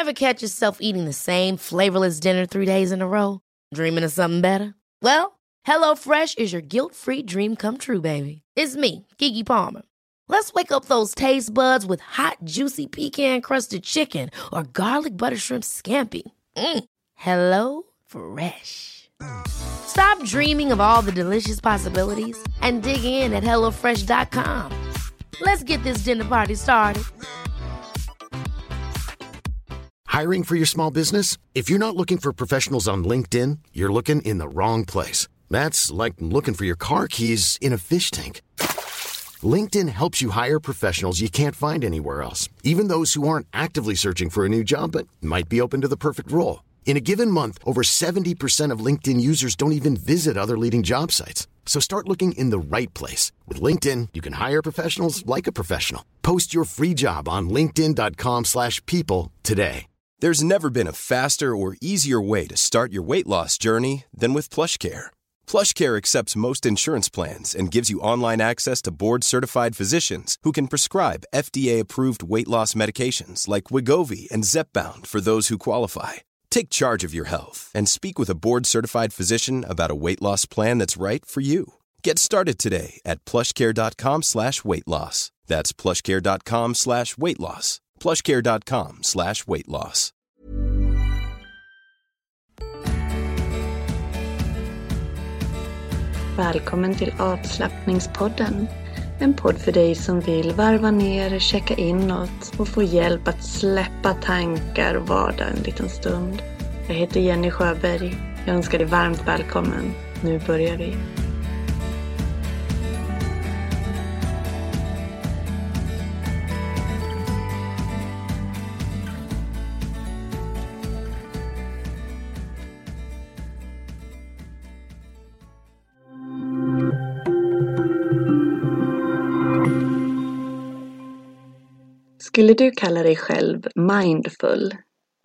Ever catch yourself eating the same flavorless dinner 3 days in a row? Dreaming of something better? Well, HelloFresh is your guilt-free dream come true, baby. It's me, Keke Palmer. Let's wake up those taste buds with hot, juicy pecan-crusted chicken or garlic butter shrimp scampi. Hello Fresh. Stop dreaming of all the delicious possibilities and dig in at HelloFresh.com. Let's get this dinner party started. Hiring for your small business? If you're not looking for professionals on LinkedIn, you're looking in the wrong place. That's like looking for your car keys in a fish tank. LinkedIn helps you hire professionals you can't find anywhere else, even those who aren't actively searching for a new job but might be open to the perfect role. In a given month, over 70% of LinkedIn users don't even visit other leading job sites. So start looking in the right place. With LinkedIn, you can hire professionals like a professional. Post your free job on linkedin.com/people today. There's never been a faster or easier way to start your weight loss journey than with PlushCare. PlushCare accepts most insurance plans and gives you online access to board-certified physicians who can prescribe FDA-approved weight loss medications like Wegovy and Zepbound for those who qualify. Take charge of your health and speak with a board-certified physician about a weight loss plan that's right for you. Get started today at plushcare.com/weightloss. That's plushcare.com/weightloss. plushcare.com/weightloss. Välkommen till Avslappningspodden. En podd för dig som vill varva ner, checka inåt och få hjälp att släppa tankar och vardag en liten stund. Jag heter Jenny Sjöberg. Jag önskar dig varmt välkommen. Nu börjar vi. Skulle du kalla dig själv mindful?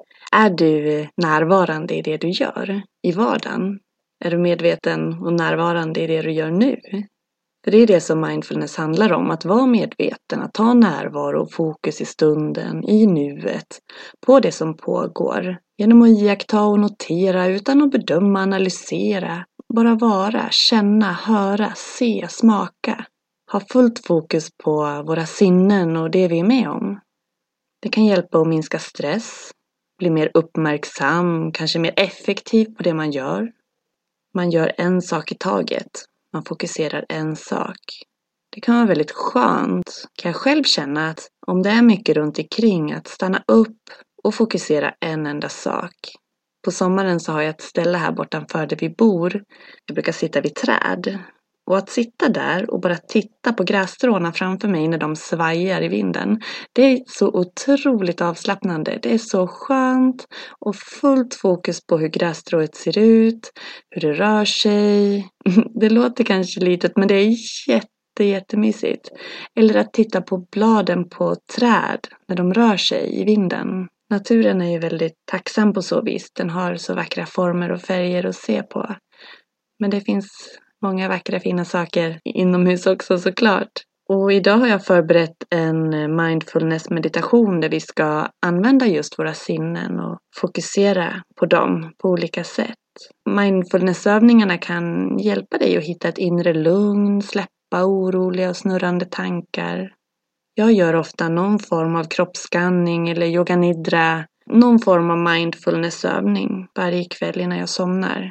Är du närvarande i det du gör i vardagen? Är du medveten och närvarande i det du gör nu? För det är det som mindfulness handlar om, att vara medveten, att ha närvaro och fokus i stunden, i nuet, på det som pågår. Genom att iaktta och notera utan att bedöma, analysera. Bara vara, känna, höra, se, smaka. Ha fullt fokus på våra sinnen och det vi är med om. Det kan hjälpa att minska stress, bli mer uppmärksam, kanske mer effektiv på det man gör. Man gör en sak i taget, man fokuserar en sak. Det kan vara väldigt skönt, kan jag själv känna, att om det är mycket runt omkring, att stanna upp och fokusera en enda sak. På sommaren så har jag ett ställe här bortanför där vi bor. Jag brukar sitta vid träd. Och att sitta där och bara titta på grässtråna framför mig när de svajar i vinden. Det är så otroligt avslappnande. Det är så skönt och fullt fokus på hur grässtrået ser ut. Hur det rör sig. Det låter kanske litet men det är jättemysigt. Eller att titta på bladen på träd när de rör sig i vinden. Naturen är ju väldigt tacksam på så vis. Den har så vackra former och färger att se på. Men det finns många vackra fina saker inomhus också såklart. Och idag har jag förberett en mindfulness-meditation där vi ska använda just våra sinnen och fokusera på dem på olika sätt. Mindfulnessövningarna kan hjälpa dig att hitta ett inre lugn, släppa oroliga och snurrande tankar. Jag gör ofta någon form av kroppsskanning eller yoga nidra, någon form av mindfulnessövning varje kväll innan jag somnar.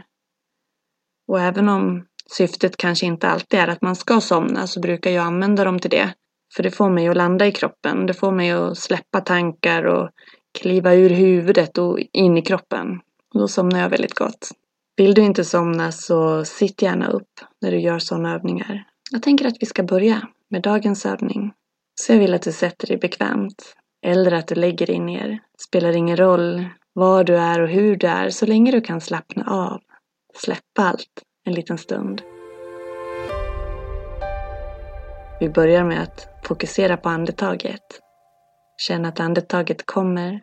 Och även om syftet kanske inte alltid är att man ska somna, så brukar jag använda dem till det. För det får mig att landa i kroppen. Det får mig att släppa tankar och kliva ur huvudet och in i kroppen. Och då somnar jag väldigt gott. Vill du inte somna så sitt gärna upp när du gör sådana övningar. Jag tänker att vi ska börja med dagens övning. Så jag vill att du sätter dig bekvämt. Eller att du lägger dig ner. Spelar ingen roll var du är och hur du är, så länge du kan slappna av. Släppa allt en liten stund. Vi börjar med att fokusera på andetaget. Känna att andetaget kommer.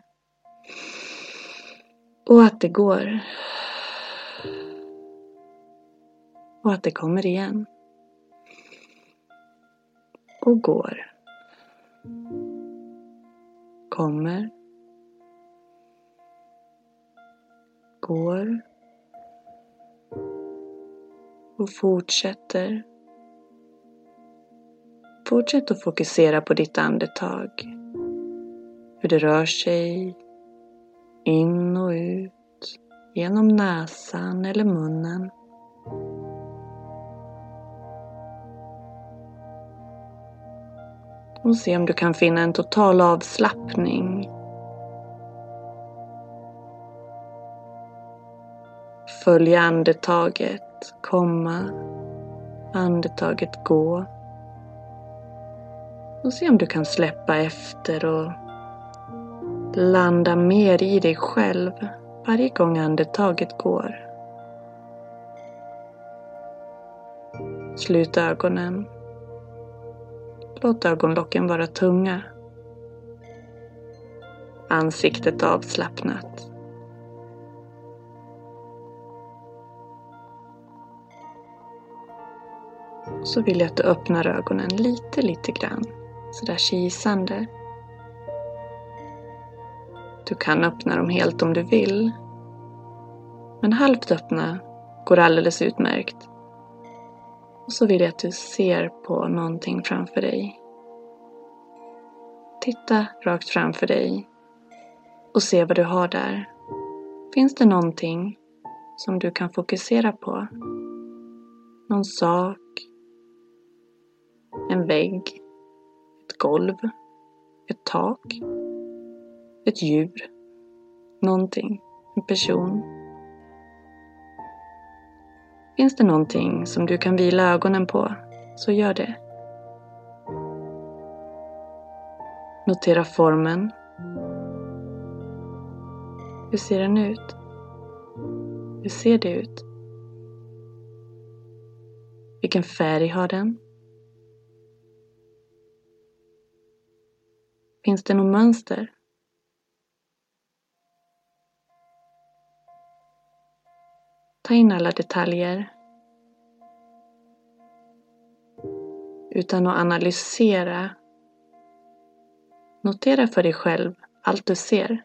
Och att det går. Och att det kommer igen. Och går. Kommer. går och fortsätter. Fortsätt att fokusera på ditt andetag. Hur det rör sig in och ut genom näsan eller munnen. Och se om du kan finna en total avslappning. Följ andetaget komma, andetaget gå. Och se om du kan släppa efter och landa mer i dig själv varje gång andetaget går. Slut ögonen. Låt ögonlocken vara tunga. Ansiktet avslappnat. Så vill jag att du öppnar ögonen lite grann. Sådär kisande. Du kan öppna dem helt om du vill. Men halvt öppna går alldeles utmärkt. Och så vill jag att du ser på någonting framför dig. Titta rakt framför dig. Och se vad du har där. Finns det någonting som du kan fokusera på? Någon sak? En vägg? Ett golv? Ett tak? Ett djur? Någonting? En person? Finns det någonting som du kan vila ögonen på, så gör det. Notera formen. Hur ser den ut? Hur ser det ut? Vilken färg har den? Finns det något mönster? Ta in alla detaljer. Utan att analysera. Notera för dig själv allt du ser.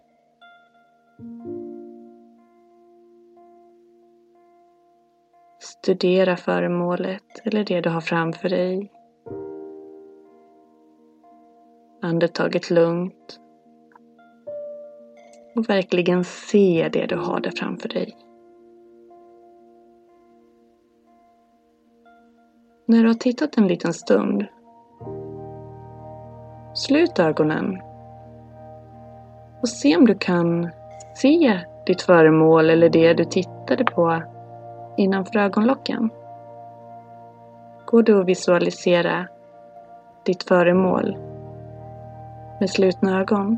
Studera föremålet eller det du har framför dig. Andetaget lugnt. Och verkligen se det du har där framför dig. När du har tittat en liten stund, slut ögonen och se om du kan se ditt föremål eller det du tittade på innanför ögonlocken. Går du att visualisera ditt föremål med slutna ögon?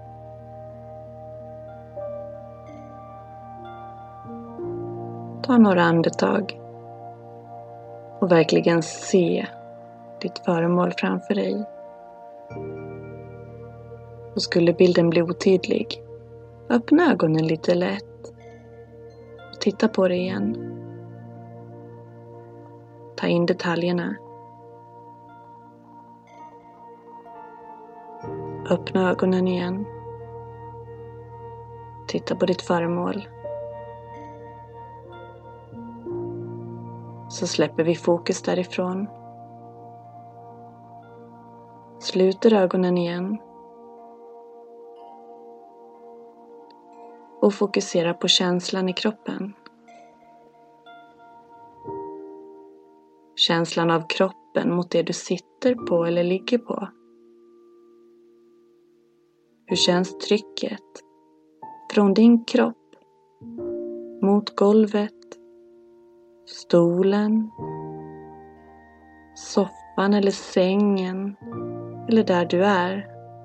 Ta några andetag. Och verkligen se ditt föremål framför dig. Och skulle bilden bli otydlig, öppna ögonen lite lätt. Och titta på det igen. Ta in detaljerna. Öppna ögonen igen. Titta på ditt föremål. Så släpper vi fokus därifrån. Sluter ögonen igen. Och fokuserar på känslan i kroppen. Känslan av kroppen mot det du sitter på eller ligger på. Hur känns trycket från din kropp mot golvet? Stolen, soffan eller sängen eller där du är.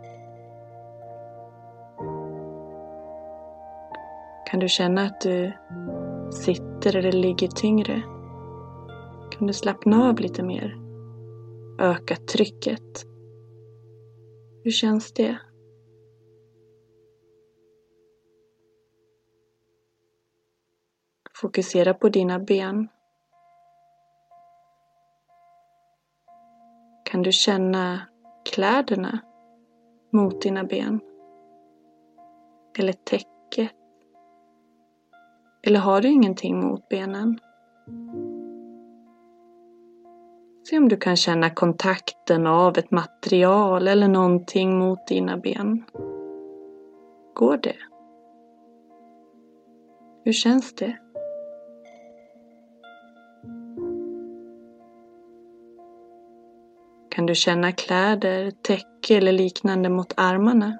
Kan du känna att du sitter eller ligger tyngre? Kan du slappna av lite mer? Öka trycket. Hur känns det? Fokusera på dina ben. Kan du känna kläderna mot dina ben? Eller täcket? Eller har du ingenting mot benen? Se om du kan känna kontakten av ett material eller någonting mot dina ben. Går det? Hur känns det? Kan du känna kläder, täcke eller liknande mot armarna?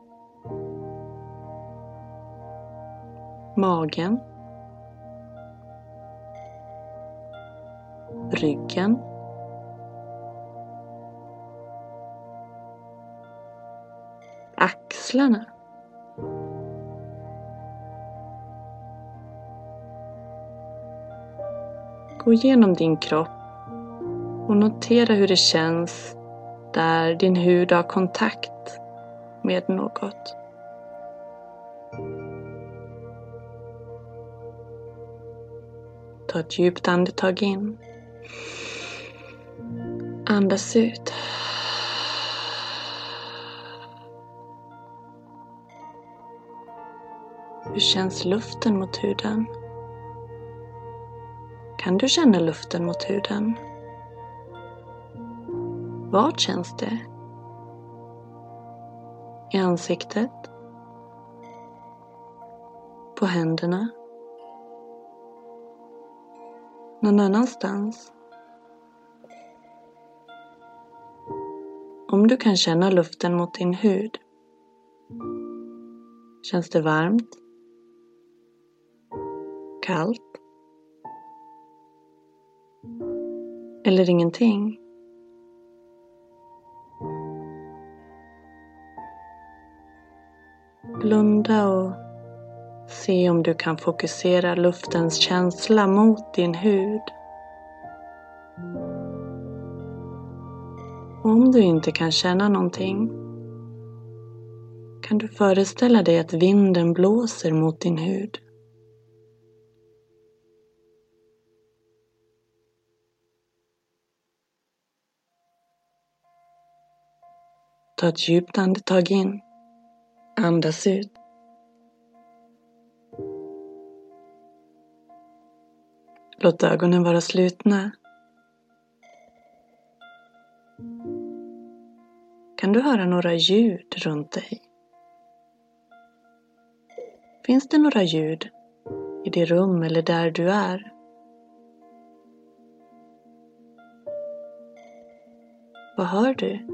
Magen? Ryggen? Axlarna? Gå igenom din kropp och notera hur det känns där din hud har kontakt med något. Ta ett djupt andetag in. Andas ut. Hur känns luften mot huden? Kan du känna luften mot huden? Vart känns det? I ansiktet? På händerna? Någon annanstans? Om du kan känna luften mot din hud. Känns det varmt? Kallt? Eller ingenting? Blunda och se om du kan fokusera luftens känsla mot din hud. Och om du inte kan känna någonting kan du föreställa dig att vinden blåser mot din hud. Ta ett djupt andetag in. Andas ut. Låt ögonen vara slutna. Kan du höra några ljud runt dig? Finns det några ljud i det rum eller där du är? Vad hör du?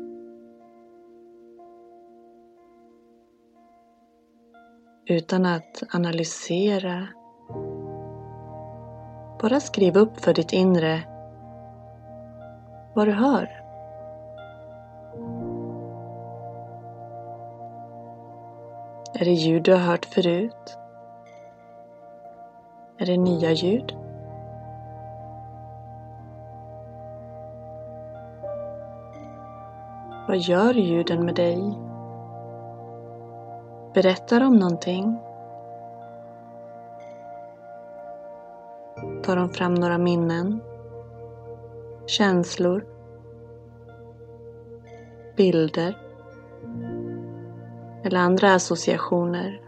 Utan att analysera. Bara skriv upp för ditt inre vad du hör. Är det ljud du har hört förut? Är det nya ljud? Vad gör ljuden med dig? Berättar de någonting? Tar de fram några minnen? Känslor? Bilder? Eller andra associationer?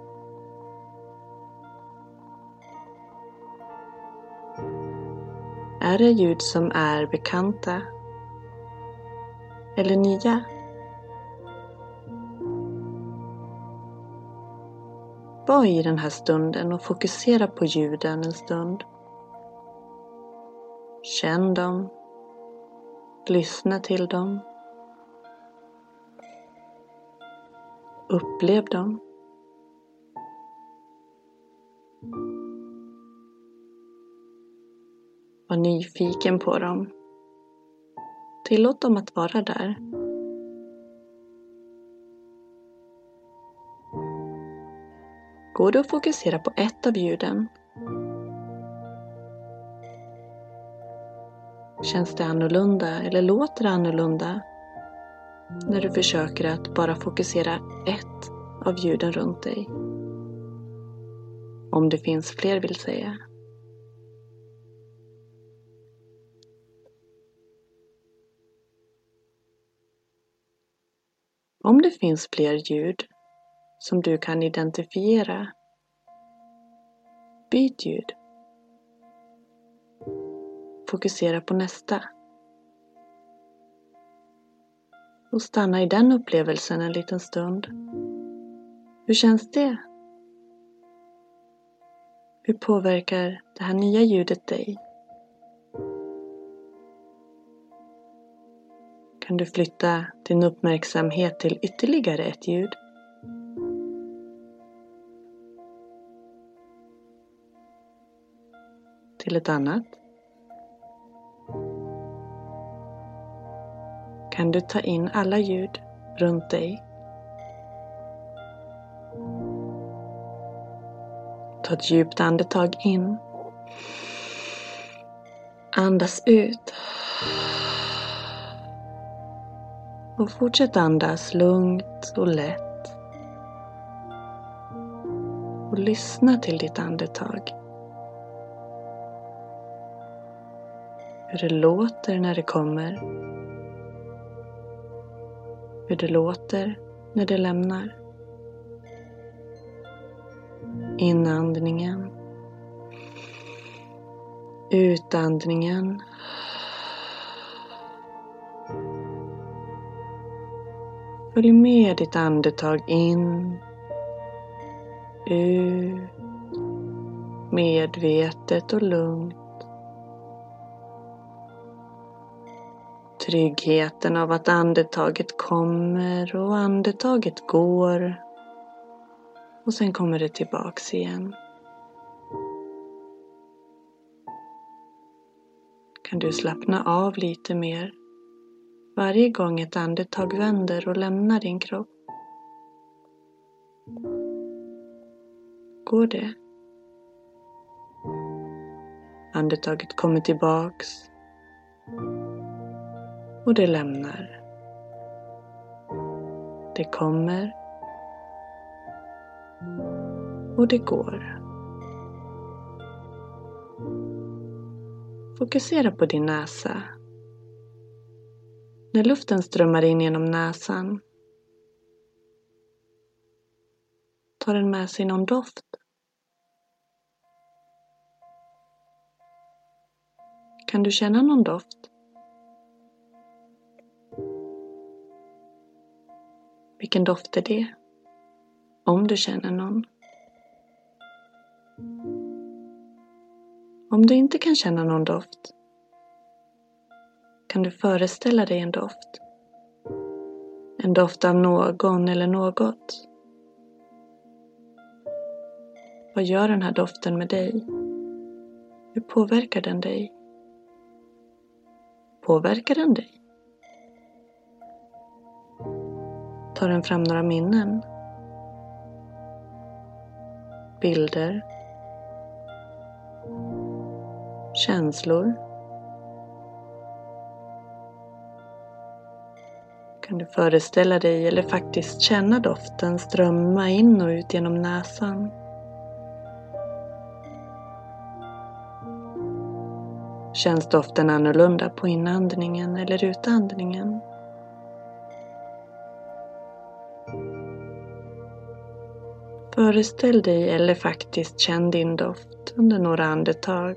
Är det ljud som är bekanta? Eller nya? Var i den här stunden och fokusera på ljuden en stund. Känn dem. Lyssna till dem. Upplev dem. Var nyfiken på dem. Tillåt dem att vara där. Går det att fokusera på ett av ljuden? Känns det annorlunda eller låter det annorlunda när du försöker att bara fokusera ett av ljuden runt dig? Om det finns fler vill säga. Om det finns fler ljud som du kan identifiera, Byt ljud. Fokusera på nästa. Och stanna i den upplevelsen en liten stund. Hur känns det? Hur påverkar det här nya ljudet dig? Kan du flytta din uppmärksamhet till ytterligare ett ljud? Till ett annat? Kan du ta in alla ljud runt dig? Ta ett djupt andetag in. Andas ut. Och fortsätt andas lugnt och lätt. Och lyssna till ditt andetag. Hur det låter när det kommer. Hur det låter när det lämnar. Inandningen. Utandningen. Följ med ditt andetag in. Ut. Medvetet och lugnt. Tryggheten av att andetaget kommer och andetaget går. Och sen kommer det tillbaks igen. Kan du slappna av lite mer varje gång ett andetag vänder och lämnar din kropp? Går det? Andetaget kommer tillbaks. Och det lämnar. Det kommer. Och det går. Fokusera på din näsa. När luften strömmar in genom näsan, tar den med sig någon doft? Kan du känna någon doft? Vilken doft är det? Om du känner någon. Om du inte kan känna någon doft, kan du föreställa dig en doft? En doft av någon eller något. Vad gör den här doften med dig? Hur påverkar den dig? Påverkar den dig? Tar den fram några minnen? Bilder? Känslor? Kan du föreställa dig eller faktiskt känna doften strömma in och ut genom näsan? Känns doften annorlunda på inandningen eller utandningen? Föreställ dig eller faktiskt känn din doft under några andetag.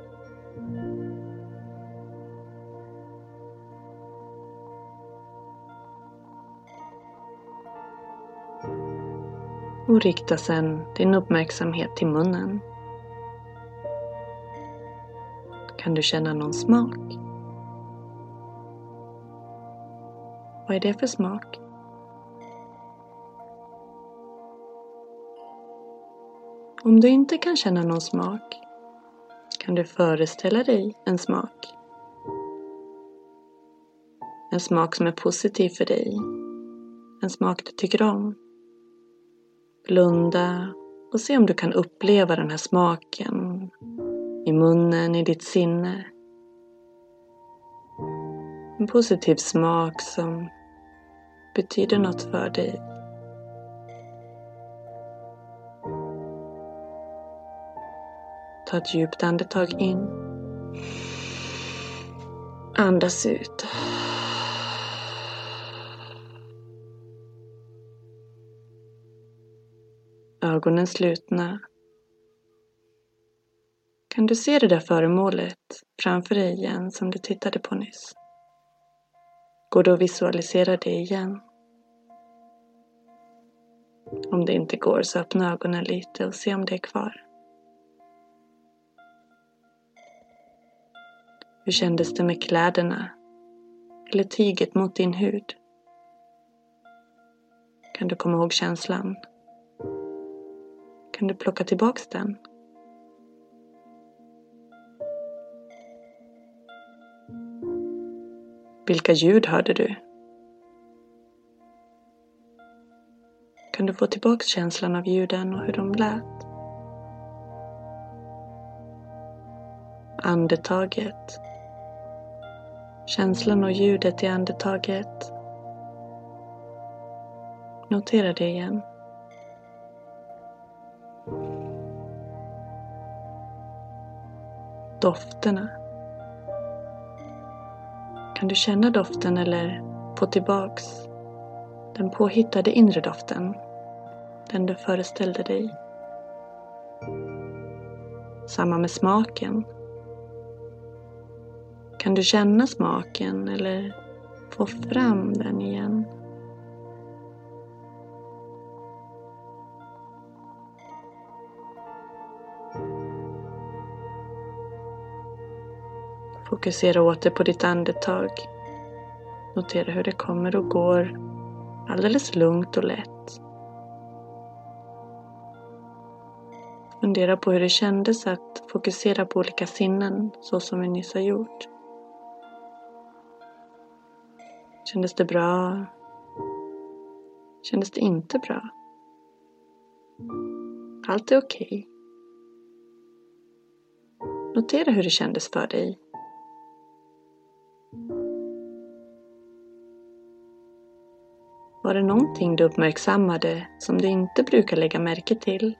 Och rikta sedan din uppmärksamhet till munnen. Kan du känna någon smak? Vad är det för smak? Om du inte kan känna någon smak, kan du föreställa dig en smak. En smak som är positiv för dig. En smak du tycker om. Blunda och se om du kan uppleva den här smaken i munnen, i ditt sinne. En positiv smak som betyder något för dig. Ta ett djupt andetag in. Andas ut. Ögonen slutna. Kan du se det där föremålet framför dig igen som du tittade på nyss? Går det att visualisera det igen? Om det inte går så öppna ögonen lite och se om det är kvar. Hur kändes det med kläderna eller tyget mot din hud? Kan du komma ihåg känslan? Kan du plocka tillbaks den? Vilka ljud hörde du? Kan du få tillbaks känslan av ljuden och hur de lät? Andetaget. Känslan och ljudet i andetaget. Notera det igen. Dofterna. Kan du känna doften eller få tillbaks den påhittade inre doften? Den du föreställde dig. Samma med smaken. Kan du känna smaken eller få fram den igen? Fokusera åter på ditt andetag. Notera hur det kommer och går alldeles lugnt och lätt. Fundera på hur det kändes att fokusera på olika sinnen så som vi nyss har gjort. Kändes det bra? Kändes det inte bra? Allt är okej. Notera hur det kändes för dig. Var det någonting du uppmärksammade som du inte brukar lägga märke till?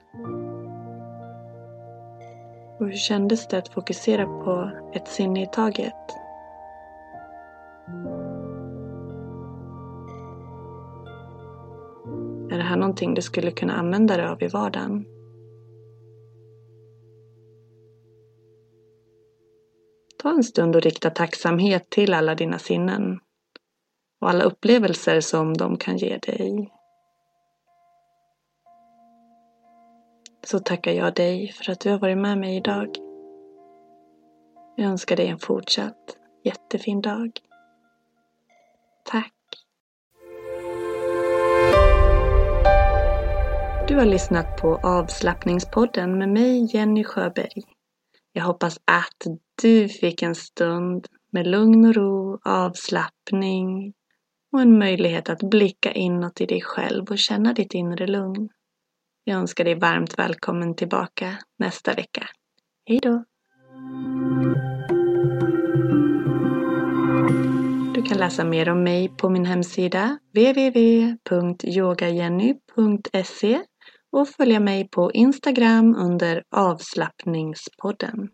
Och hur kändes det att fokusera på ett sinne i taget? Är det här någonting du skulle kunna använda dig av i vardagen? Ta en stund och rikta tacksamhet till alla dina sinnen och alla upplevelser som de kan ge dig. Så tackar jag dig för att du har varit med mig idag. Jag önskar dig en fortsatt jättefin dag. Tack! Du har lyssnat på Avslappningspodden med mig, Jenny Sjöberg. Jag hoppas att du fick en stund med lugn och ro, avslappning och en möjlighet att blicka inåt i dig själv och känna ditt inre lugn. Jag önskar dig varmt välkommen tillbaka nästa vecka. Hej då! Du kan läsa mer om mig på min hemsida www.yogajenny.se och följa mig på Instagram under Avslappningspodden.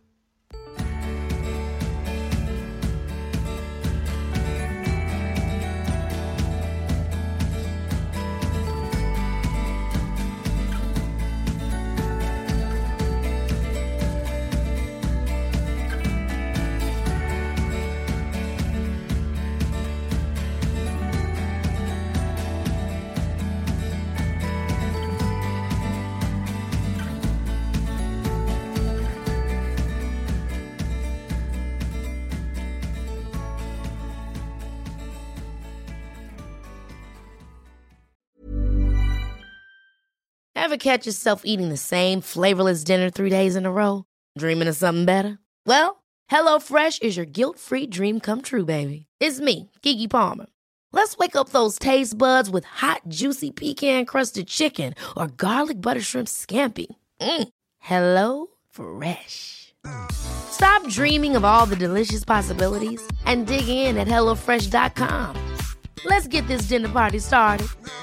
Ever catch yourself eating the same flavorless dinner 3 days in a row? Dreaming of something better? Well, HelloFresh is your guilt-free dream come true, baby. It's me, Keke Palmer. Let's wake up those taste buds with hot, juicy pecan-crusted chicken or garlic butter shrimp scampi. Hello Fresh. Stop dreaming of all the delicious possibilities and dig in at HelloFresh.com. Let's get this dinner party started.